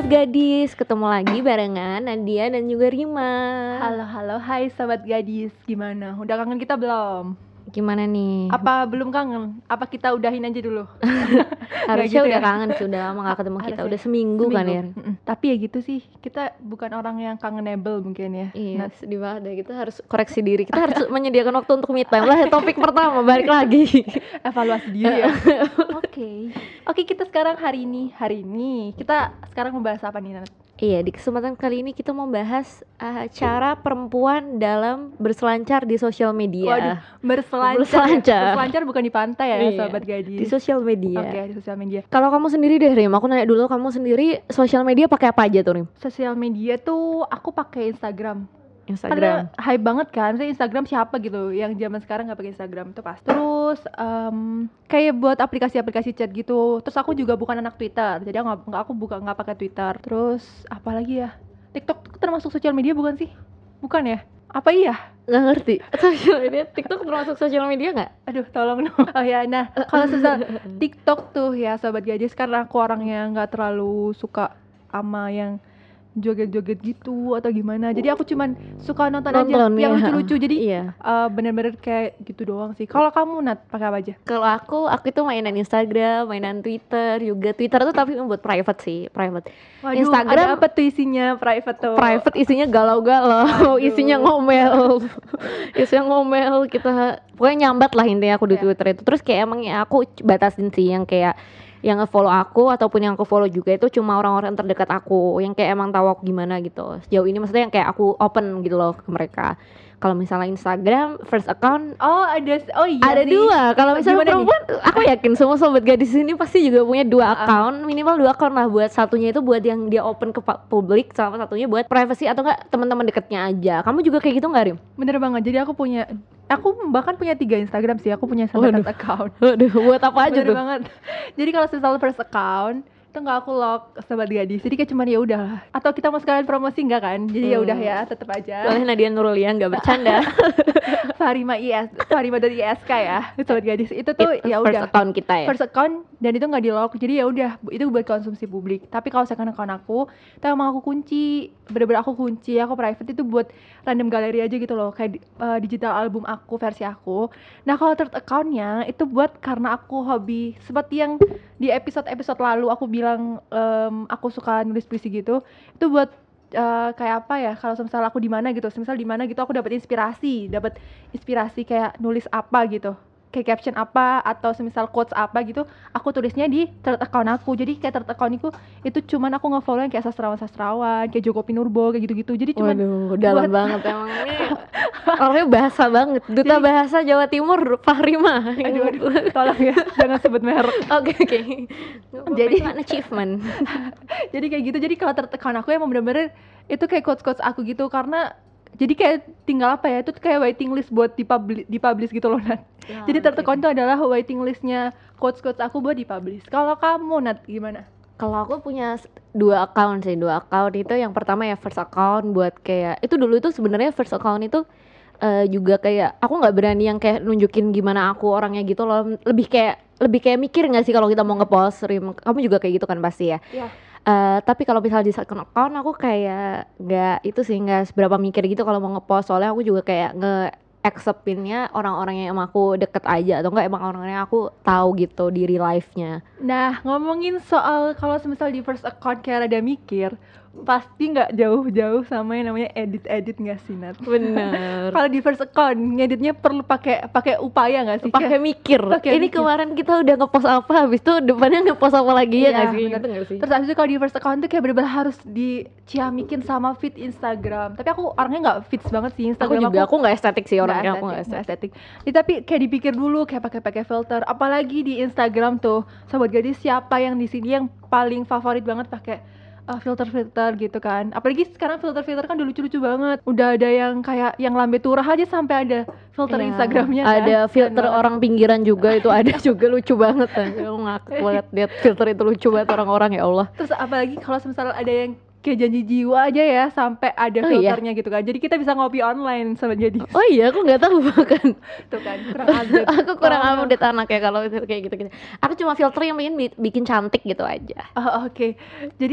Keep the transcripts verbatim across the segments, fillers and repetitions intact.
Sobat Gadis, ketemu lagi barengan Nadia dan juga Rima. Halo, halo, hai Sobat Gadis, gimana? Udah kangen kita belum? Gimana nih? Apa belum kangen? Apa kita udahin aja dulu? Harusnya gitu udah ya? kangen sih, udah lama gak ketemu kita, Harusnya. udah seminggu, kan ya. Mm-mm. Tapi ya gitu sih, kita bukan orang yang kangenable mungkin ya. Iya, Nah, sedih banget deh, kita harus koreksi diri. Kita harus menyediakan waktu untuk me time lah. Topik pertama, balik lagi. evaluasi diri ya. Oke, oke kita sekarang hari ini, hari ini kita sekarang membahas apa nih Nat? Iya, di kesempatan kali ini kita mau bahas uh, cara perempuan dalam berselancar di sosial media. Waduh, berselancar. Berselancar. Ya? Berselancar bukan di pantai ya, Iya, Sobat Gadis. di sosial media. Oke, di sosial media. Kalau kamu sendiri deh, Rim, aku nanya dulu, kamu sendiri sosial media pakai apa aja tuh, Rim? Sosial media tuh aku pakai Instagram. Instagram. Karena hype banget kan, saya Instagram siapa gitu yang zaman sekarang nggak pakai Instagram tuh pasti. Terus um, kayak buat aplikasi-aplikasi chat gitu. Terus aku juga bukan anak Twitter, jadi nggak nggak aku buka nggak pakai Twitter. Terus apa lagi ya? TikTok termasuk sosial media bukan sih? Bukan ya? Apa iya? Nggak ngerti. Sosial media, TikTok termasuk sosial media nggak? Aduh, tolong dong. Oh ya, nah kalau sosial TikTok tuh ya Sobat Gadis, karena aku orangnya nggak terlalu suka sama yang joget-joget gitu atau gimana, jadi aku cuman suka nonton, Nonton, aja yang ya. lucu-lucu, jadi Iya. uh, bener-bener kayak gitu doang sih. Kalau kamu Nat pakai apa aja? Kalau aku, aku itu mainan Instagram, mainan Twitter juga. Twitter tuh tapi buat private sih, private. Waduh, Instagram ada apa tuh isinya private tuh? Private isinya galau-galau, isinya ngomel, isinya ngomel. Kita pokoknya nyambat lah intinya aku di Yeah. Twitter itu. Terus kayak emang ya aku batasin sih yang kayak yang nge-follow aku ataupun yang aku follow juga itu cuma orang-orang terdekat aku yang kayak emang tahu aku gimana gitu. Sejauh ini maksudnya yang kayak aku open gitu loh ke mereka. Kalau misalnya Instagram first account, Oh ada, oh iya ada sih. dua. Kalau misalnya Gimana nih? perempuan, aku yakin semua sobat gadis ini pasti juga punya dua account, minimal dua account lah. Buat satunya itu buat yang dia open ke pa- publik, sama satunya buat privacy atau enggak teman-teman dekatnya aja. Kamu juga kayak gitu nggak, Rim? Bener banget, jadi aku punya, aku bahkan punya tiga Instagram sih, aku punya sampai Waduh. empat account. Waduh, buat apa aja Bener tuh? banget. Jadi kalau misal first account itu nggak aku lock Sobat Gadis, jadi kayak cuman ya udah. Atau kita mau sekalian promosi nggak kan? Jadi ya Hmm. udah ya, tetap aja. Boleh Nadia Nurulian, nggak bercanda. Farima I S, Farima dari I S K ya, Sobat Gadis. Itu tuh Itu ya first udah. account kita ya. First account dan itu nggak di lock, jadi ya udah itu buat konsumsi publik. Tapi kalau second account aku, itu emang aku kunci, bener-bener aku kunci, aku private itu buat random galeri aja gitu loh, kayak uh, digital album aku versi aku. Nah kalau third accountnya itu buat karena aku hobi, seperti yang di episode-episode lalu aku bilang um, aku suka nulis puisi gitu, itu buat uh, kayak apa ya? Kalau misalnya aku di mana gitu, misal di mana gitu aku dapat inspirasi, dapat inspirasi kayak nulis apa gitu, kayak caption apa atau semisal quotes apa gitu, aku tulisnya di third account aku. Jadi kayak third account itu itu cuman aku nge-follow yang kayak sastrawan-sastrawan, kayak Joko Pinurbo kayak gitu-gitu. Jadi cuman Waduh, dalam buat- banget emang ini. Orangnya bahasa banget. Duta Jadi- bahasa Jawa Timur, Fahrima. aduh, aduh, tolong ya, jangan sebut merek. Oke oke. Jadi- Jadi achievement. Jadi kayak gitu. Jadi kalau third account aku emang bener-bener itu kayak quotes-quotes aku gitu, karena jadi kayak tinggal apa ya, itu kayak waiting list buat dipublish, dipublish gitu loh Nat. Jadi third account itu adalah waiting listnya quotes-quotes aku buat dipublish. Kalau kamu Nat gimana? Kalau aku punya s- dua account sih, dua account itu yang pertama ya first account buat kayak itu dulu itu sebenarnya first account itu eh, juga kayak aku nggak berani yang kayak nunjukin gimana aku orangnya gitu loh, lebih kayak lebih kayak mikir nggak sih kalau kita mau ngepost, Rim? Kamu juga kayak gitu kan pasti ya. Iya. Eh, tapi kalau misalnya di second account aku kayak nggak itu sih nggak seberapa mikir gitu kalau mau ngepost, soalnya aku juga kayak nge acceptinnya orang-orang yang emang aku deket aja atau enggak emang orang-orang yang aku tahu gitu di real life-nya. Nah, ngomongin soal kalau semisal di first account kayak rada mikir, pasti nggak jauh-jauh sama yang namanya edit-edit nggak sih Nat? Bener. Kalau di first account ngeditnya perlu pakai pakai upaya nggak sih? Pakai mikir. pakai Ini mikir. kemarin kita udah ngepost apa, habis itu depannya ngepost apa lagi ya Iya, nggak sih? bener. Gitu nggak sih? Terus abis itu kalau di first account tuh kayak bener-bener harus diciamikin sama feed Instagram. Tapi aku orangnya nggak fits banget sih Aku Instagram juga, aku nggak estetik sih orangnya, nggak aku nggak estetik, estetik. nggak estetik. Ya, tapi kayak dipikir dulu kayak pakai-pakai filter. Apalagi di Instagram tuh, Sobat Gadis, siapa yang di sini yang paling favorit banget pakai uh, filter-filter gitu kan? Apalagi sekarang filter-filter kan udah lucu-lucu banget. Udah ada yang kayak yang lambe turah aja sampai ada filter Iya. Instagramnya kan? Ada filter Keren banget. orang pinggiran juga itu ada juga lucu banget. Aku ngakak banget lihat filter itu lucu banget orang-orang, ya Allah. Terus apalagi kalau misalnya ada yang kayak janji jiwa aja ya, sampai ada Oh, iya? filternya gitu kan. Jadi kita bisa ngopi online sama jadi Oh iya, aku nggak tahu bahkan. tuh kan kurang update. Aku kurang Tolong. update anak ya kalau itu kayak gitu-gitu. Aku cuma filter yang bikin bikin cantik gitu aja. Oh, oke. Jadi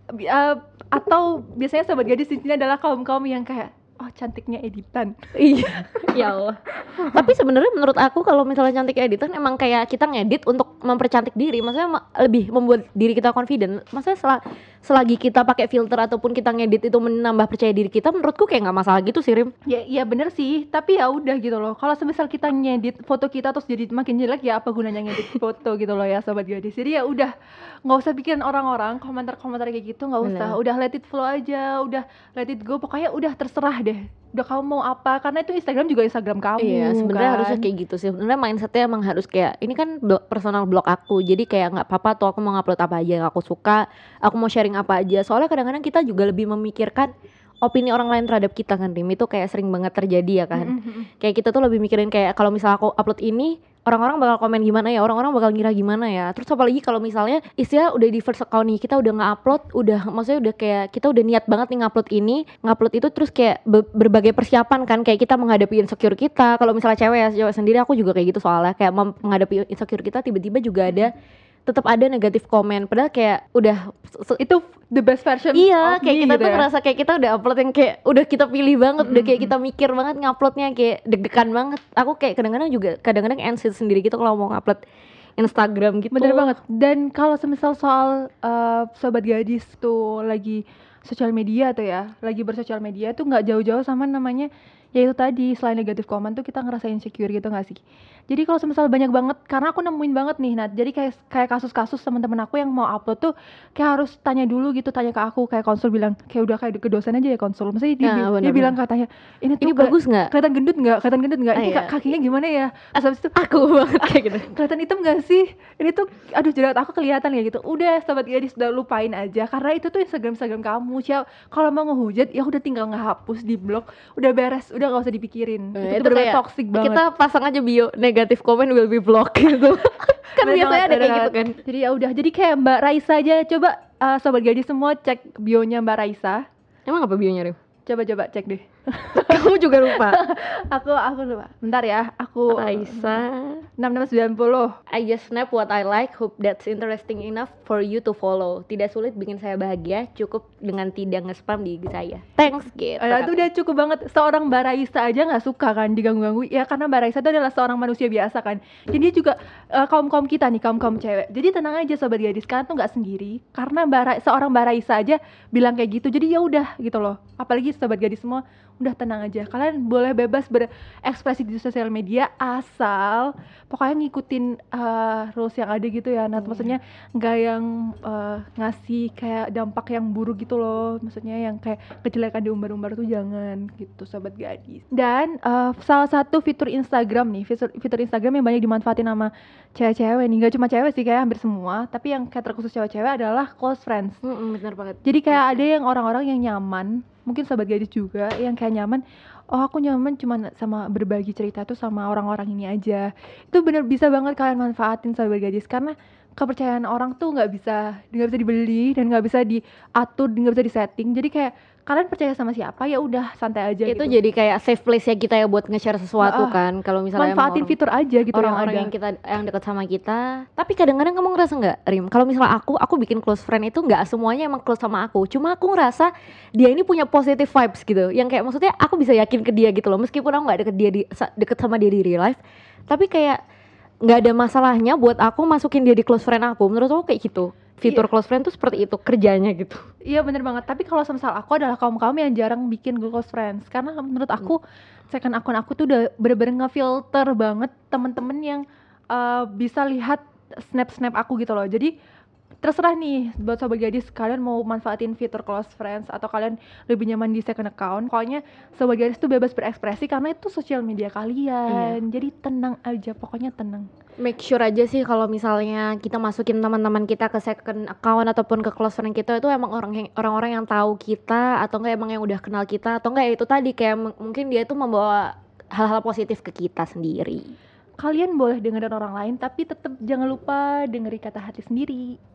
Bi- eh, atau biasanya sobat gadis di sini adalah kaum-kaum yang kayak oh cantiknya editan. Iya, ya Allah. Tapi sebenarnya menurut aku kalau misalnya cantik editan emang kayak kita ngedit untuk mempercantik diri, maksudnya ma- lebih membuat diri kita confident. Maksudnya sel- selagi kita pakai filter ataupun kita ngedit itu menambah percaya diri kita, menurutku kayak nggak masalah gitu sih, Rim. Ya iya bener sih, tapi ya udah gitu loh. Kalau semisal kita ngedit foto kita terus jadi makin jelek, ya apa gunanya ngedit foto gitu loh ya sobat gadis. Jadi ya udah, nggak usah pikirin orang-orang komentar-komentar kayak gitu, nggak usah. Bener. Udah let it flow aja, udah let it go. Pokoknya udah terserah deh. Udah kamu mau apa? Karena itu Instagram juga Instagram kamu. Iya, sebenarnya kan? harusnya kayak gitu sih. Sebenarnya mindsetnya emang harus kayak ini kan blog, personal blog aku, jadi kayak nggak apa-apa tuh aku mau ngupload apa aja yang aku suka, aku mau sharing apa aja. Soalnya kadang-kadang kita juga lebih memikirkan opini orang lain terhadap kita kan, Rim. Itu kayak sering banget terjadi ya kan. Mm-mm. Kayak kita tuh lebih mikirin kayak kalau misalnya aku upload ini, orang-orang bakal komen gimana ya, orang-orang bakal ngira gimana ya. Terus apalagi kalau misalnya istilah udah di first account nih, kita udah nge-upload, udah maksudnya udah kayak kita udah niat banget nih ngupload ini, ngupload itu terus kayak be- berbagai persiapan kan, kayak kita menghadapi insecure kita. Kalau misalnya cewek ya, cewek sendiri aku juga kayak gitu soalnya kayak mem- menghadapi insecure kita tiba-tiba juga ada tetap ada negatif komen padahal kayak udah se- Itu the best version iya of kayak me kita gitu tuh ya. ngerasa kayak kita udah upload yang kayak udah kita pilih banget, udah kayak Mm-mm. kita mikir banget nguploadnya, kayak deg-degan banget. Aku kayak kadang-kadang juga kadang-kadang anxious sendiri gitu kalau mau ngupload Instagram gitu. Bener banget. Dan kalau semisal soal uh, sobat gadis tuh lagi sosial media tuh ya, lagi bersosial media tuh nggak jauh-jauh sama namanya ya itu tadi, selain negatif komen tuh kita ngerasa insecure gitu nggak sih? Jadi kalau semisal banyak banget, karena aku nemuin banget nih, nah jadi kayak kayak kasus-kasus teman-teman aku yang mau upload tuh kayak harus tanya dulu gitu, tanya ke aku, kayak konsul bilang kayak udah kayak ke dosen aja ya konsul, maksudnya dia, Nah, bi- dia bener-bener. bilang katanya ini tuh Ini keli- bagus nggak? kelihatan gendut nggak, kelihatan gendut nggak, Ah, ini iya. ka- kakinya gimana ya, terus habis itu Aku banget kayak gitu. kelihatan hitam gak sih? Ini tuh aduh jerawat aku kelihatan kayak gitu. Udah sobat gadis udah lupain aja karena itu tuh Instagram Instagram kamu. Siap kalau mau ngehujat ya udah tinggal ngehapus di blok. Udah beres, udah gak usah dipikirin. Nah, itu itu tuh bener kayak toxic banget. kita pasang aja bio negatif comment will be blocked gitu. Kan Bener biasanya banget, ada bener kayak gitu banget. kan. Jadi ya udah, jadi kayak Mbak Raisa aja, coba uh, sobat gadis semua cek bionya Mbak Raisa. Emang apa bionya, Rim? Coba coba cek deh. Kamu juga lupa. aku aku lupa. Bentar ya, aku Raisa. enam enam sembilan puluh. I just snap what I like, hope that's interesting enough for you to follow. Tidak sulit bikin saya bahagia, cukup dengan tidak nge-spam di I G saya. Thanks gitu. Eh, itu udah cukup banget. Seorang Mbak Raisa aja nggak suka kan diganggu-ganggu ya, karena Mbak Raisa itu adalah seorang manusia biasa kan. Jadi dia juga eh, kaum-kaum kita nih, kaum-kaum cewek. Jadi tenang aja sobat gadis, kalian tuh nggak sendiri. Karena Mbak Ra- seorang Mbak Raisa aja bilang kayak gitu. Jadi ya udah gitu loh. Apalagi sobat gadis semua, udah tenang aja. Kalian boleh bebas berekspresi di sosial media asal pokoknya ngikutin eh, rules yang ada gitu ya. Nah, Iya. maksudnya nggak yang eh, ngasih kayak dampak yang buruk gitu loh. Maksudnya yang kayak kejelekan diumbar-umbar tuh jangan gitu sobat gadis. Dan eh, salah satu fitur Instagram nih, fitur, fitur Instagram yang banyak dimanfaatin sama cewek-cewek nih, nggak cuma cewek sih, kayak hampir semua, tapi yang kayak terkhusus cewek-cewek adalah close friends. Mm-mm, bener banget. Jadi kayak ada yang orang-orang yang nyaman, mungkin sobat gadis juga yang kayak nyaman, oh aku nyaman cuma sama berbagi cerita tuh sama orang-orang ini aja. Itu bener bisa banget kalian manfaatin sobat gadis, karena kepercayaan orang tuh nggak bisa nggak bisa dibeli dan nggak bisa diatur, nggak bisa disetting. Jadi kayak kalian percaya sama siapa ya udah santai aja Itu gitu. jadi kayak safe place ya kita ya buat nge-share sesuatu Ah, kan. Kalau misalnya emang Manfaatin orang- fitur aja gitu yang orang-orang ada. yang kita yang dekat sama kita. Tapi kadang-kadang kamu ngerasa nggak, Rim? Kalau misalnya aku, aku bikin close friend itu nggak semuanya emang close sama aku. Cuma aku ngerasa dia ini punya positive vibes gitu. Yang kayak maksudnya aku bisa yakin ke dia gitu loh. Meskipun aku nggak deket dia di sa- deket sama dia di real life, tapi kayak nggak ada masalahnya buat aku masukin dia di close friend aku. Menurut aku kayak gitu. Fitur Iya. close friend tuh seperti itu kerjanya gitu. Iya bener banget, tapi kalau semisal aku adalah kaum-kaum yang jarang bikin close friends. Karena menurut aku, second akun aku tuh udah bener-bener ngefilter banget temen-temen yang uh, bisa lihat snap-snap aku gitu loh. Jadi terserah nih buat sobat gadis, kalian mau manfaatin fitur close friends atau kalian lebih nyaman di second account. Pokoknya sobat gadis tuh bebas berekspresi karena itu sosial media kalian. Jadi tenang aja, pokoknya tenang. Make sure aja sih kalau misalnya kita masukin teman-teman kita ke second account ataupun ke close friend kita itu emang orang yang orang-orang yang tahu kita atau enggak emang yang udah kenal kita atau enggak ya itu tadi kayak m- mungkin dia tuh membawa hal-hal positif ke kita sendiri. Kalian boleh dengerin orang lain, tapi tetap jangan lupa dengeri kata hati sendiri.